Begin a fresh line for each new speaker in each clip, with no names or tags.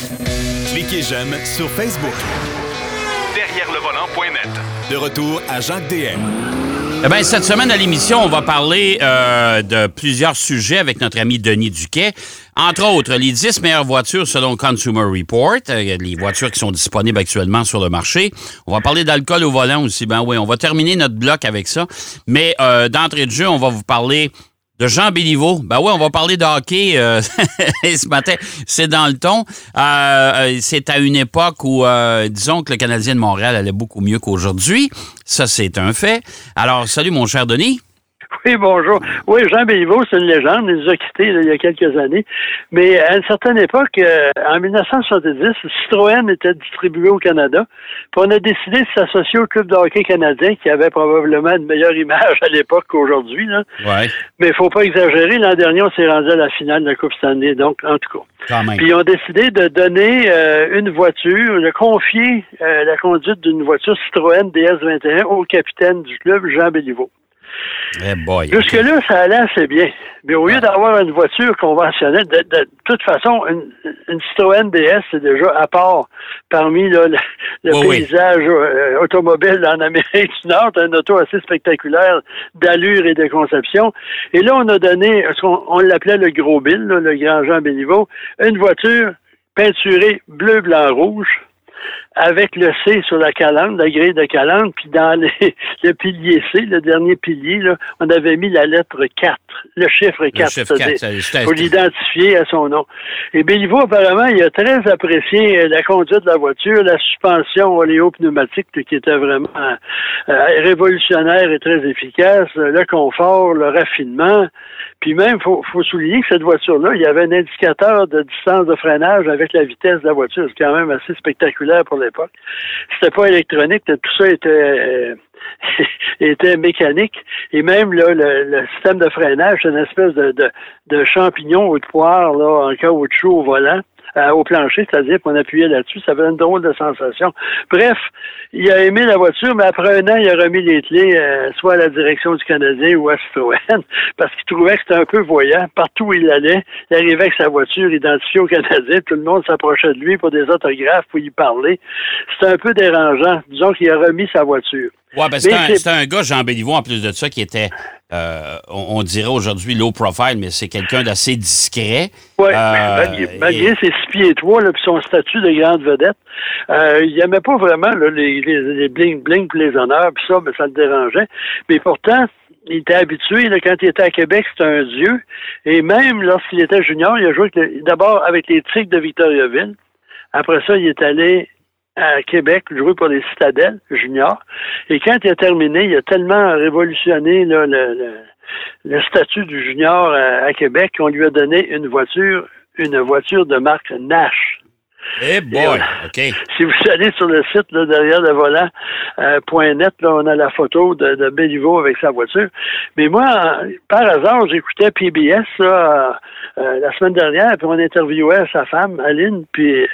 Cliquez j'aime sur Facebook.
Derrière le volant.net.
De retour à Jacques DM.
Eh bien, cette semaine à l'émission, on va parler de plusieurs sujets avec notre ami Denis Duquet. Entre autres, les 10 meilleures voitures selon Consumer Report, les voitures qui sont disponibles actuellement sur le marché. On va parler d'alcool au volant aussi. Ben oui, on va terminer notre bloc avec ça. Mais d'entrée de jeu, on va vous parler de Jean Béliveau. Ben oui, on va parler de hockey ce matin. C'est dans le ton. C'est à une époque où, disons que le Canadien de Montréal allait beaucoup mieux qu'aujourd'hui. Ça, c'est un fait. Alors, salut mon cher Denis.
Oui, bonjour. Oui, Jean Béliveau, c'est une légende. Il nous a quittés il y a quelques années. Mais à une certaine époque, en 1970, Citroën était distribué au Canada. Puis on a décidé de s'associer au Club de hockey canadien qui avait probablement une meilleure image à l'époque qu'aujourd'hui. Là.
Ouais.
Mais il faut pas exagérer. L'an dernier, on s'est rendu à la finale de la Coupe Stanley. Donc, en tout cas.
Quand même.
Puis ils ont décidé de donner une voiture, de confier la conduite d'une voiture Citroën DS21 au capitaine du club, Jean Béliveau.
Eh boy.
Jusque-là, ça allait assez bien. Mais au lieu d'avoir une voiture conventionnelle, de toute façon, une Citroën DS, c'est déjà à part parmi le paysage automobile en Amérique du Nord. C'est un auto assez spectaculaire d'allure et de conception. Et là, on a donné, on l'appelait le Gros Bill, le grand Jean Béliveau, une voiture peinturée bleu, blanc, rouge, avec le C sur la calandre, la grille de calandre, puis dans le pilier C, le dernier pilier, là, on avait mis la lettre 4, le chiffre 4, c'est-à-dire pour l'identifier à son nom. Et Béliveau, apparemment, il a très apprécié la conduite de la voiture, la suspension oléopneumatique qui était vraiment révolutionnaire et très efficace, le confort, le raffinement. Puis même, faut souligner que cette voiture-là, il y avait un indicateur de distance de freinage avec la vitesse de la voiture. C'est quand même assez spectaculaire pour l'époque. C'était pas électronique, tout ça était mécanique. Et même là, le système de freinage, c'est une espèce de champignon ou de poire là, en caoutchouc au volant. Au plancher, c'est-à-dire qu'on appuyait là-dessus, ça avait une drôle de sensation. Bref, il a aimé la voiture, mais après un an, il a remis les clés soit à la direction du Canadien ou à Citroën, parce qu'il trouvait que c'était un peu voyant. Partout où il allait, il arrivait avec sa voiture identifiée au Canadien, tout le monde s'approchait de lui pour des autographes, pour y parler. C'était un peu dérangeant. Disons qu'il a remis sa voiture.
Ouais, ben c'était un gars, Jean Béliveau, en plus de ça, qui était, on dirait aujourd'hui low profile, mais c'est quelqu'un d'assez discret.
Oui, malgré ses 6 pieds 3 puis son statut de grande vedette, il n'aimait pas vraiment là, les bling-bling pour les honneurs, puis ça, ben, ça le dérangeait. Mais pourtant, il était habitué, là, quand il était à Québec, c'était un dieu. Et même lorsqu'il était junior, il a joué d'abord avec les Tigres de Victoriaville. Après ça, il est allé à Québec, joué pour les Citadelles juniors. Et quand il a terminé, il a tellement révolutionné là, le statut du junior à Québec qu'on lui a donné une voiture de marque Nash.
Eh boy, OK.
Si vous allez sur le site là, derrière le volant.net, là, on a la photo de Béliveau avec sa voiture. Mais moi, par hasard, j'écoutais PBS là, la semaine dernière, puis on interviewait sa femme, Aline, puis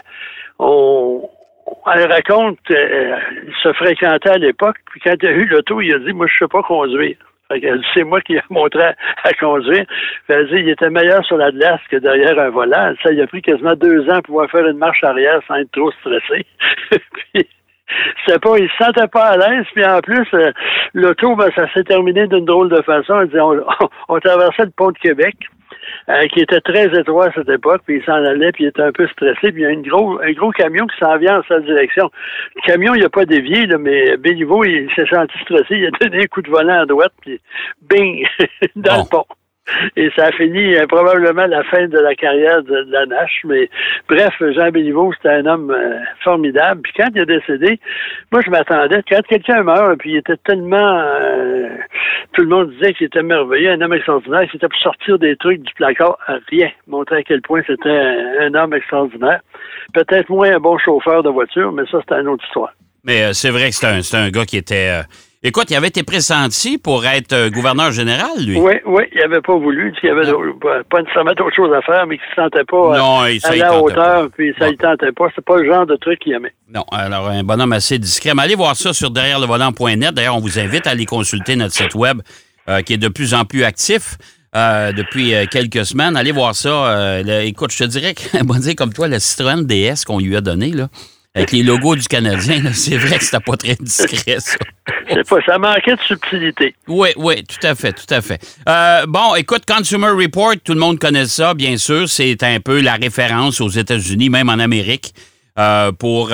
elle raconte il se fréquentait à l'époque, puis quand il a eu l'auto, il a dit « Moi, je sais pas conduire ». Fait qu'elle dit, c'est moi qui ai montré à conduire. Puis elle dit, il était meilleur sur la glace que derrière un volant. Ça, il a pris quasiment 2 ans pour pouvoir faire une marche arrière sans être trop stressé. Puis, il se sentait pas à l'aise. Puis en plus, l'auto, ben, ça s'est terminé d'une drôle de façon. Elle dit, on traversait le pont de Québec. Qui était très étroit à cette époque, puis il s'en allait, puis il était un peu stressé, puis il y a un gros camion qui s'en vient en sa direction. Le camion, il n'a pas dévié, là, mais Béliveau, il s'est senti stressé, il a donné un coup de volant à droite, puis bing, dans le pont. Et ça a fini probablement la fin de la carrière de la Nash. Mais bref, Jean Béliveau, c'était un homme formidable. Puis quand il est décédé, moi, je m'attendais. Quand quelqu'un meurt, puis il était tellement... tout le monde disait qu'il était merveilleux, un homme extraordinaire, qu'il était pour sortir des trucs du placard à rien. Montrer à quel point c'était un homme extraordinaire. Peut-être moins un bon chauffeur de voiture, mais ça, c'était une autre histoire.
Mais c'est vrai que c'est un gars qui était... Écoute, il avait été pressenti pour être gouverneur général, lui.
Oui, il n'avait pas voulu. Il avait pas nécessairement d'autres choses à faire, mais qu'il ne se sentait pas à la hauteur, puis ça ne le tentait pas. C'est pas le genre de truc qu'il aimait.
Non, alors un bonhomme assez discret. Mais allez voir ça sur derrière-le-volant.net. D'ailleurs, on vous invite à aller consulter notre site web qui est de plus en plus actif. depuis quelques semaines. Allez voir ça. Écoute, je te dirais que, on va dire comme toi, le Citroën DS qu'on lui a donné, là, avec les logos du Canadien, là, c'est vrai que c'était pas très discret, ça.
Ça manquait de subtilité.
Oui, tout à fait. Bon, écoute, Consumer Report, tout le monde connaît ça, bien sûr. C'est un peu la référence aux États-Unis, même en Amérique, pour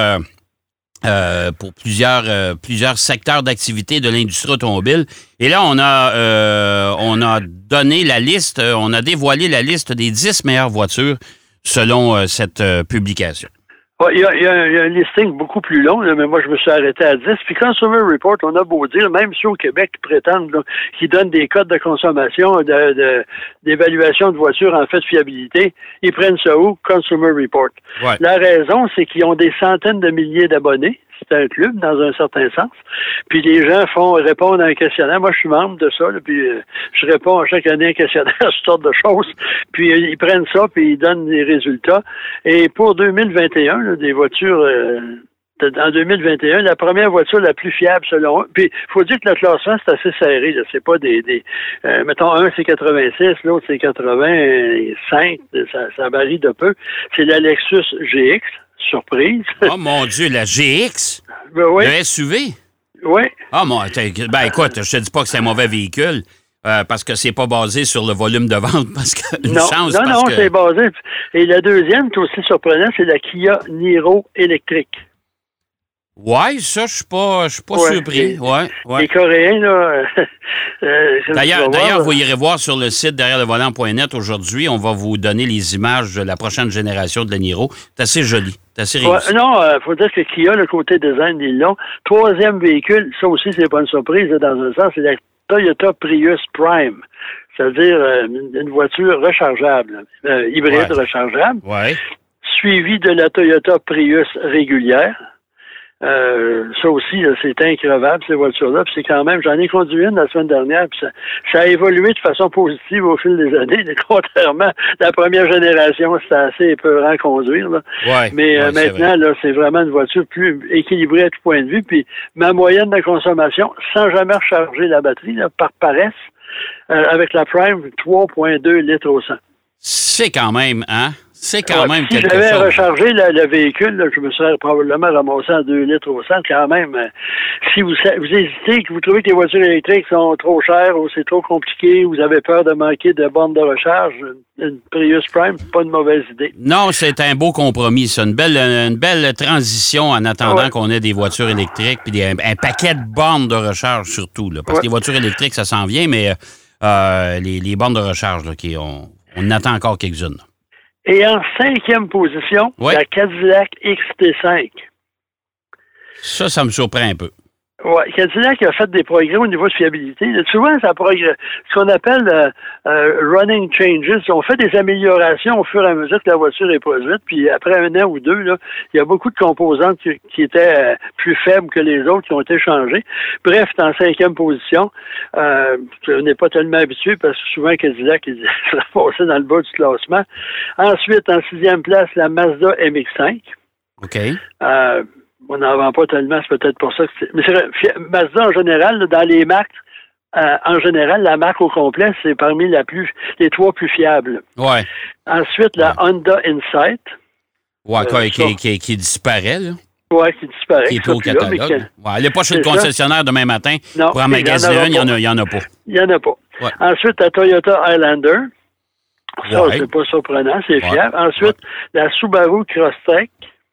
plusieurs secteurs d'activité de l'industrie automobile. Et là, on a donné la liste, on a dévoilé la liste des 10 meilleures voitures selon cette publication.
Il y a un listing beaucoup plus long, là, mais moi, je me suis arrêté à 10. Puis Consumer Report, on a beau dire, même ceux au Québec qui prétendent, là, qui donnent des codes de consommation, d'évaluation de voitures en fait de fiabilité, ils prennent ça où? Consumer Report. Ouais. La raison, c'est qu'ils ont des centaines de milliers d'abonnés. C'est un club, dans un certain sens. Puis les gens répondent à un questionnaire. Moi, je suis membre de ça, là, puis je réponds à chaque année à un questionnaire sur toutes sortes de choses. Puis ils prennent ça, puis ils donnent des résultats. Et pour 2021, là, des voitures... en 2021, la première voiture la plus fiable selon eux. Puis, il faut dire que le classement, c'est assez serré. Là. C'est pas mettons, un, c'est 86, l'autre, c'est 85. Ça varie de peu. C'est la Lexus GX. Surprise.
Oh mon Dieu, la GX?
Ben oui.
Le SUV?
Oui.
Ah, écoute, je te dis pas que c'est un mauvais véhicule, parce que c'est pas basé sur le volume de vente, parce que
Non, c'est basé. Et la deuxième, qui est aussi surprenante, c'est la Kia Niro électrique.
Ouais, ça, je suis pas surpris. Ouais.
Les Coréens, là...
D'ailleurs, vous irez voir sur le site derrière-le-volant.net aujourd'hui. On va vous donner les images de la prochaine génération de la Niro. C'est assez joli. C'est assez réussi.
Non, faut dire que Kia, le côté design, ils l'ont. Troisième véhicule, ça aussi, c'est pas une surprise, là, dans un sens, c'est la Toyota Prius Prime. C'est-à-dire une voiture rechargeable, hybride rechargeable.
Ouais.
Suivi de la Toyota Prius régulière. Ça aussi, là, c'est increvable, ces voitures-là. Puis c'est quand même, j'en ai conduit une la semaine dernière, puis ça a évolué de façon positive au fil des années. Contrairement à la première génération, c'était assez épeurant à conduire. Là. Mais maintenant, là, c'est vraiment une voiture plus équilibrée à tout point de vue. Puis ma moyenne de consommation, sans jamais recharger la batterie, là, par paresse, avec la Prime, 3,2 litres au 100.
C'est quand même, hein? C'est quand même quelque chose.
Si j'avais rechargé le véhicule, là, je me serais probablement ramassé en 2 litres au 100 quand même. Si vous hésitez, que vous trouvez que les voitures électriques sont trop chères ou c'est trop compliqué, vous avez peur de manquer de bornes de recharge, une Prius Prime, pas une mauvaise idée.
Non, c'est un beau compromis, ça. Une belle transition en attendant qu'on ait des voitures électriques puis un paquet de bornes de recharge surtout. Là, parce que les voitures électriques, ça s'en vient, mais les bornes de recharge, là, on attend encore quelques-unes.
Et en 5e position, la Cadillac XT5.
Ça me surprend un peu.
Oui, Cadillac a fait des progrès au niveau de fiabilité. Souvent, ça progresse. Ce qu'on appelle running changes. On fait des améliorations au fur et à mesure que la voiture est produite. Puis après un an ou deux, là, il y a beaucoup de composantes qui étaient plus faibles que les autres qui ont été changées. Bref, en 5e position, on n'est pas tellement habitué parce que souvent Cadillac il sera passé dans le bas du classement. Ensuite, en 6e place, la Mazda MX-5.
OK.
On n'en vend pas tellement, c'est peut-être pour ça que c'est... Mais c'est Mazda, en général, là, dans les marques, en général, la marque au complet, c'est parmi les 3 plus fiables.
Ouais.
Ensuite, la Honda Insight.
Ouais, qui disparaît, là.
Oui, qui disparaît.
Qui est au catalogue. Elle n'est pas chez le concessionnaire demain matin. Non, pour en magasiner une, il n'y en a pas.
Il n'y en a pas. Ouais. Ensuite, la Toyota Highlander. Ça, c'est pas surprenant, c'est fiable. Ensuite, la Subaru Crosstrek.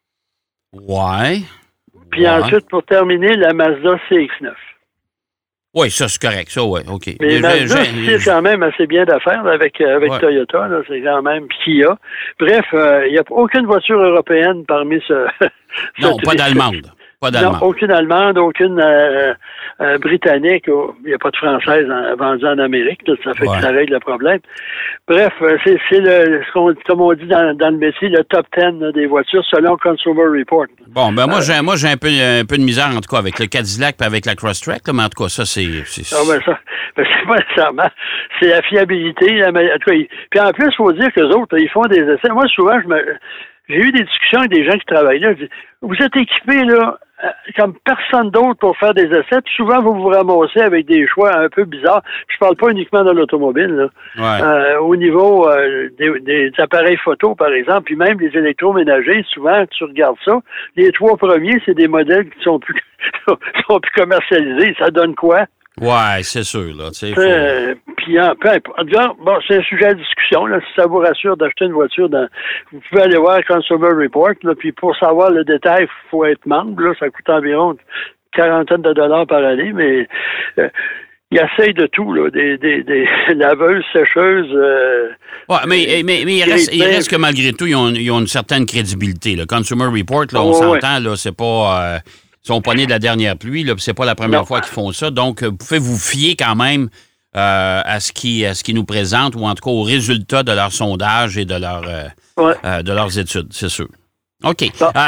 Ouais.
Puis ensuite, pour terminer, la Mazda CX-9.
Oui, ça, c'est correct. Ça, oui, OK.
Mais Mazda, c'est quand même assez bien d'affaires avec Toyota. Là, c'est quand même Kia. Bref, il n'y a aucune voiture européenne parmi ce...
Non, pas d'allemande.
Non, aucune allemande, aucune britannique. Il n'y a pas de française vendue en Amérique. Là, ça fait que ça règle le problème. Bref, c'est comme on dit dans le métier, le top 10 des voitures selon Consumer Report.
Bon, ben moi j'ai un peu de misère, en tout cas, avec le Cadillac et avec la Crosstrek, mais en tout cas, ça, c'est...
Ah, c'est pas nécessairement. C'est la fiabilité. En tout cas, puis en plus, il faut dire qu'eux autres, ils font des essais. Moi, souvent, j'ai eu des discussions avec des gens qui travaillent là. Je dis, vous êtes équipés, là, comme personne d'autre pour faire des essais. Puis souvent, vous vous ramassez avec des choix un peu bizarres. Je parle pas uniquement de l'automobile, là.
Ouais.
Au niveau des appareils photo, par exemple, puis même les électroménagers, souvent, tu regardes ça, les 3 premiers, c'est des modèles qui sont plus commercialisés. Ça donne quoi?
Ouais, c'est sûr, là.
Puis, peu importe. Bon, c'est un sujet à discussion, là. Si ça vous rassure d'acheter une voiture, vous pouvez aller voir Consumer Report, là. Puis, pour savoir le détail, il faut être membre, là. Ça coûte environ $40 par année, mais ils essayent de tout, là. Des laveuses, sécheuses.
Ouais, mais il reste que malgré tout, ils ont une certaine crédibilité, là. Consumer Report, là, on s'entend, là, c'est pas. Ils sont pas nés de la dernière pluie, là, puis c'est pas la première fois qu'ils font ça. Donc, vous pouvez vous fier quand même à ce qu'ils nous présentent, ou en tout cas aux résultats de leur sondage et de leurs études, c'est sûr. OK.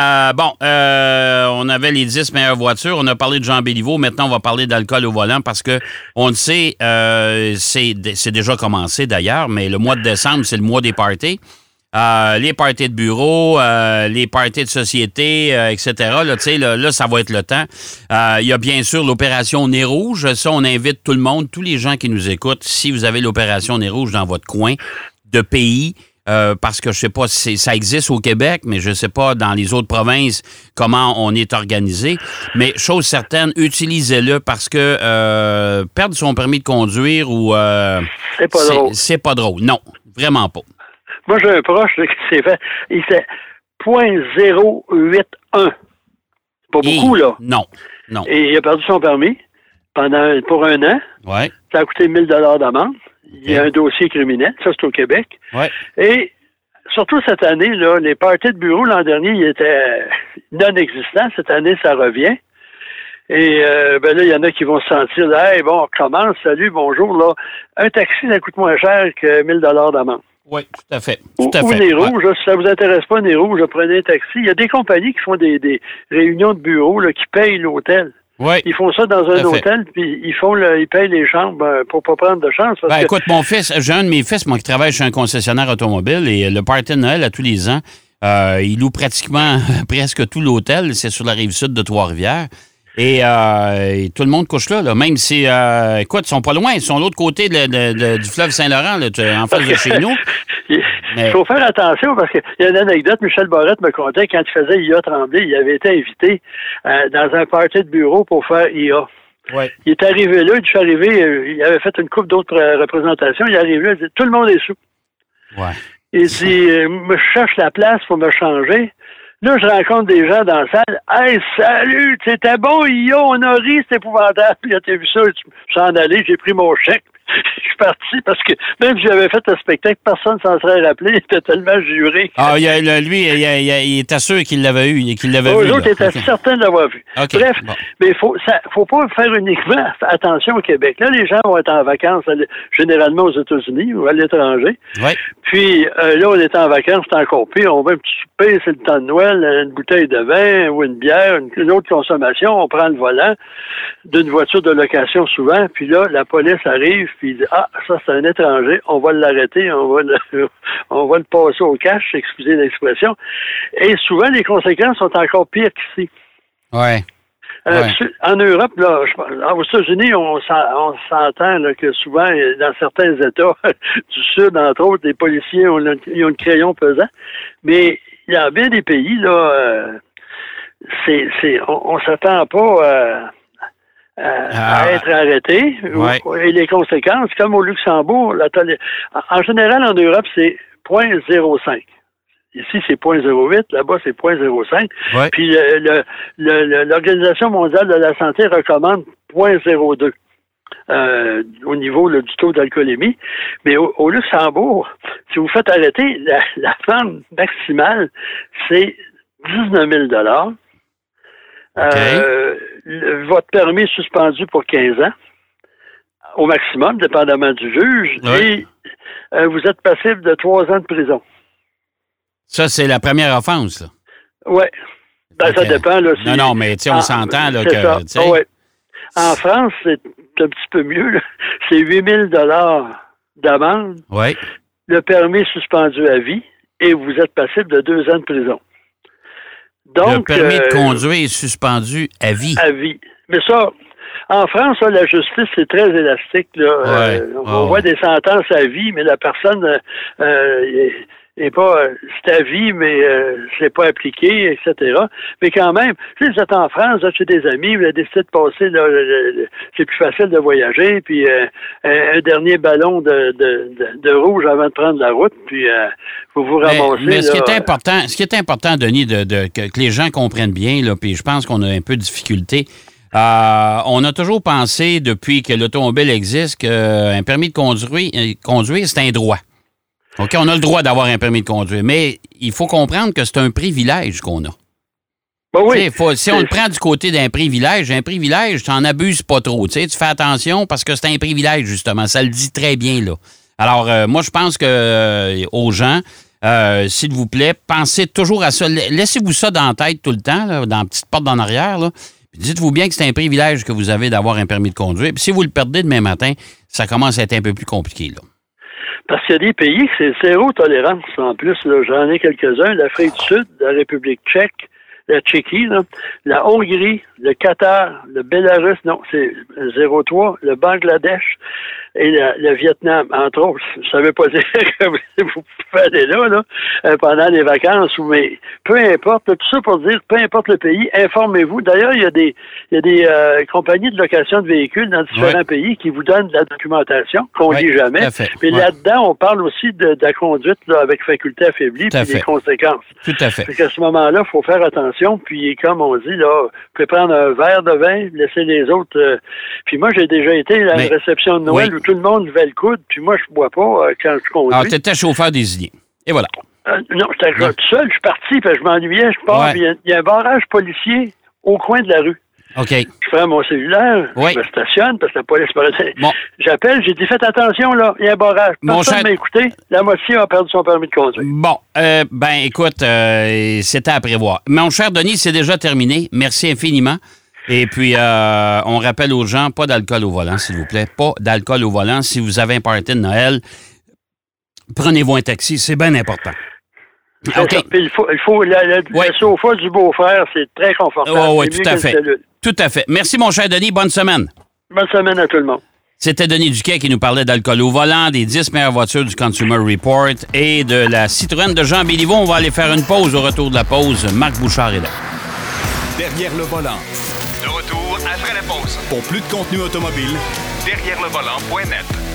On avait les 10 meilleures voitures. On a parlé de Jean Béliveau. Maintenant, on va parler d'alcool au volant parce que on le sait, c'est déjà commencé d'ailleurs, mais le mois de décembre, c'est le mois des parties. Les parties de bureau, les parties de société, etc. Là, ça va être le temps. Il y a bien sûr l'opération Nez Rouge. Ça, on invite tout le monde, tous les gens qui nous écoutent, si vous avez l'opération Nez Rouge dans votre coin de pays, parce que je sais pas si ça existe au Québec, mais je sais pas dans les autres provinces comment on est organisé. Mais chose certaine, utilisez-le parce que perdre son permis de conduire ou
c'est pas drôle.
C'est pas drôle. Non, vraiment pas.
Moi, j'ai un proche là, qui s'est fait. Il fait 0.081. C'est pas beaucoup, là.
Non.
Et il a perdu son permis pour 1 an.
Ouais.
Ça a coûté 1 000 d'amende. Il y a un dossier criminel. Ça, c'est au Québec.
Ouais.
Et surtout cette année, là, les parties de bureau, l'an dernier, ils étaient non-existants. Cette année, ça revient. Et là, il y en a qui vont se sentir là, hey, bon, on recommence, salut, bonjour, là. Un taxi, ça coûte moins cher que 1 000 d'amende.
Oui, tout à fait.
Ou Nez Rouge, là, si ça vous intéresse pas, Nez Rouge, prenez un taxi. Il y a des compagnies qui font des réunions de bureau là, qui payent l'hôtel.
Oui.
Ils font ça dans un hôtel, puis ils payent les chambres pour pas prendre de chance.
Écoute, mon fils, j'ai un de mes fils, moi, qui travaille chez un concessionnaire automobile, et le party de Noël, à tous les ans, il loue pratiquement presque tout l'hôtel. C'est sur la rive sud de Trois-Rivières. Et tout le monde couche là. Même si, écoute, ils sont pas loin. Ils sont de l'autre côté du fleuve Saint-Laurent, là, en face de chez nous.
Il faut faire attention parce qu'il y a une anecdote. Michel Barrette me contait quand il faisait IA Tremblay, il avait été invité dans un party de bureau pour faire IA.
Ouais.
Il est arrivé là, il il avait fait une couple d'autres représentations. Il est arrivé là, il dit tout le monde est sous.
Ouais.
Il dit je cherche la place pour me changer. Là, je rencontre des gens dans la salle. Hey, salut, c'était bon, IA, on a ri, c'est épouvantable. Puis, t'as vu ça, je suis en allé, j'ai pris mon chèque. Je suis parti parce que même si j'avais fait un spectacle, personne ne s'en serait rappelé. Il était tellement juré.
Ah, lui, il était sûr qu'il l'avait eu, qu'il l'avait vu.
L'autre était certain de l'avoir vu.
Okay.
Bref, mais il faut pas faire uniquement attention au Québec. Là, les gens vont être en vacances, généralement aux États-Unis ou à l'étranger.
Ouais.
Puis là, on est en vacances, c'est encore pire. On va un petit souper, c'est le temps de Noël, une bouteille de vin ou une bière, une autre consommation. On prend le volant d'une voiture de location souvent. Puis là, la police arrive, puis il dit « Ah, ça, c'est un étranger, on va l'arrêter, on va le passer au cash, excusez l'expression. » Et souvent, les conséquences sont encore pires qu'ici.
Ouais.
En Europe, là, aux États-Unis, on s'entend là, que souvent, dans certains États du Sud, entre autres, les policiers ont le crayon pesant. Mais il y a bien des pays, là, on s'attend pas à être arrêté.
Ouais.
Et les conséquences, comme au Luxembourg, en général, en Europe, c'est 0.05. Ici, c'est 0.08. Là-bas, c'est 0.05.
Ouais.
Puis l'Organisation mondiale de la santé recommande 0.02 au niveau là, du taux d'alcoolémie. Mais au Luxembourg, si vous faites arrêter, la peine maximale, c'est 19 000 votre permis est suspendu pour 15 ans, au maximum, dépendamment du juge, et vous êtes passible de 3 ans de prison.
Ça, c'est la première offense, là.
Oui. Ça dépend, là.
Non, mais tu sais, on s'entend, là, que...
Ouais. En France, c'est un petit peu mieux, là. C'est 8 000 d'amende.
Oui.
Le permis est suspendu à vie et vous êtes passible de 2 ans de prison. Donc,
le permis de conduire est suspendu à vie.
À vie. Mais ça, en France, là, la justice, c'est très élastique. Là. On voit des sentences à vie, mais la personne n'est pas... c'est à vie, mais c'est pas appliqué, etc. Mais quand même, si vous êtes en France, vous êtes chez des amis, vous avez décidé de passer, là, c'est plus facile de voyager, puis un dernier ballon de rouge avant de prendre la route, puis vous vous ramassez.
Mais ce qui est important, Denis, que les gens comprennent bien, là, puis je pense qu'on a un peu de difficulté. On a toujours pensé, depuis que l'automobile existe, qu'un permis de conduire, c'est un droit. OK, on a le droit d'avoir un permis de conduire, mais il faut comprendre que c'est un privilège qu'on a.
Ben oui.
Si on le prend du côté d'un privilège, tu n'en abuses pas trop. Tu fais attention parce que c'est un privilège, justement. Ça le dit très bien, là. Alors, moi, je pense que aux gens, s'il vous plaît, pensez toujours à ça. Laissez-vous ça dans la tête tout le temps, là, dans la petite porte d'en arrière, là. Dites-vous bien que c'est un privilège que vous avez d'avoir un permis de conduire. Puis si vous le perdez demain matin, ça commence à être un peu plus compliqué, là.
Parce qu'il y a des pays, c'est zéro tolérance en plus. Là. J'en ai quelques-uns. L'Afrique du Sud, la République tchèque, la Tchéquie, là, la Hongrie, le Qatar, le Bélarus, non, c'est 0,3, le Bangladesh et le Vietnam, entre autres. Ça ne veut pas dire que vous pouvez aller là pendant les vacances, mais peu importe, tout ça pour dire, peu importe le pays, informez-vous. D'ailleurs, il y a des compagnies de location de véhicules dans différents pays qui vous donnent de la documentation qu'on lit jamais. Puis là-dedans, on parle aussi de la conduite là, avec faculté affaiblie puis des conséquences.
Tout à fait.
Fait qu'à ce moment-là, il faut faire attention. Puis comme on dit, là, vous pouvez prendre un verre de vin, laisser les autres. Puis moi, j'ai déjà été à une réception de Noël où tout le monde levait le coude, puis moi, je bois pas quand je conduis.
Alors, tu étais chauffeur désigné. Et voilà.
Non, j'étais tout seul, je suis parti, puis je m'ennuyais, je pars, il y a un barrage policier au coin de la rue.
OK.
Je prends mon cellulaire, je me stationne, parce que la police me
bon.
J'appelle, j'ai dit, faites attention, là, il y a un barrage. Personne m'a écouté, la moitié a perdu son permis de conduire.
Bon, écoute, c'était à prévoir. Mon cher Denis, c'est déjà terminé. Merci infiniment. Et puis, on rappelle aux gens, pas d'alcool au volant, s'il vous plaît. Pas d'alcool au volant. Si vous avez un party de Noël, prenez-vous un taxi, c'est bien important.
Okay. Il faut le sofa du beau-frère, c'est très confortable.
Oui, tout à fait. Tout à fait. Merci, mon cher Denis. Bonne semaine.
Bonne semaine à tout le monde.
C'était Denis Duquet qui nous parlait d'alcool au volant, des 10 meilleures voitures du Consumer Report et de la Citroën de Jean Béliveau. On va aller faire une pause. Au retour de la pause, Marc Bouchard est là.
Derrière le volant.
De retour après la pause.
Pour plus de contenu automobile,
derrière le volant.net.